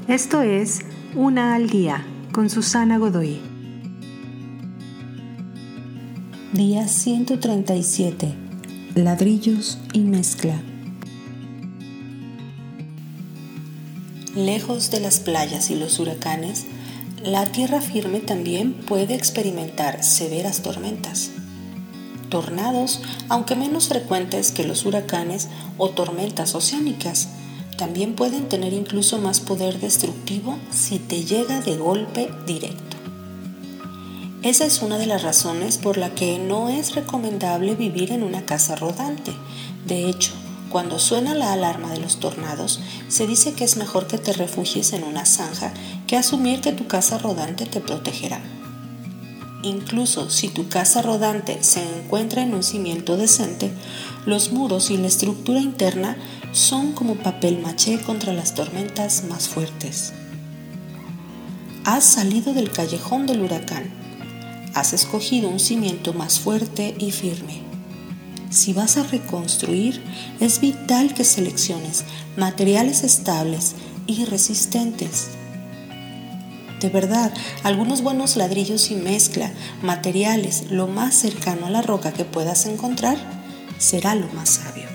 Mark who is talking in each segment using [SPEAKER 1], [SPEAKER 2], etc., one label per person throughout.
[SPEAKER 1] Esto es Una al Día con Susana Godoy. Día 137. Ladrillos y mezcla. Lejos de las playas y los huracanes, la tierra firme también puede experimentar severas tormentas. Tornados, aunque menos frecuentes que los huracanes o tormentas oceánicas, también pueden tener incluso más poder destructivo si te llega de golpe directo. Esa es una de las razones por la que no es recomendable vivir en una casa rodante. De hecho, cuando suena la alarma de los tornados, se dice que es mejor que te refugies en una zanja que asumir que tu casa rodante te protegerá. Incluso si tu casa rodante se encuentra en un cimiento decente, los muros y la estructura interna son como papel maché contra las tormentas más fuertes. Has salido del callejón del huracán. Has escogido un cimiento más fuerte y firme. Si vas a reconstruir, es vital que selecciones materiales estables y resistentes. De verdad, algunos buenos ladrillos y mezcla, materiales lo más cercano a la roca que puedas encontrar, será lo más sabio.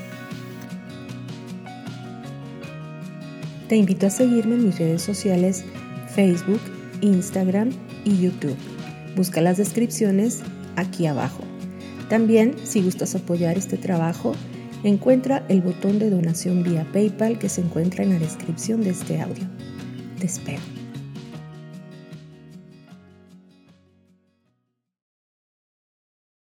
[SPEAKER 1] Te invito a seguirme en mis redes sociales Facebook, Instagram y YouTube. Busca las descripciones aquí abajo. También, si gustas apoyar este trabajo, encuentra el botón de donación vía PayPal que se encuentra en la descripción de este audio. Te espero.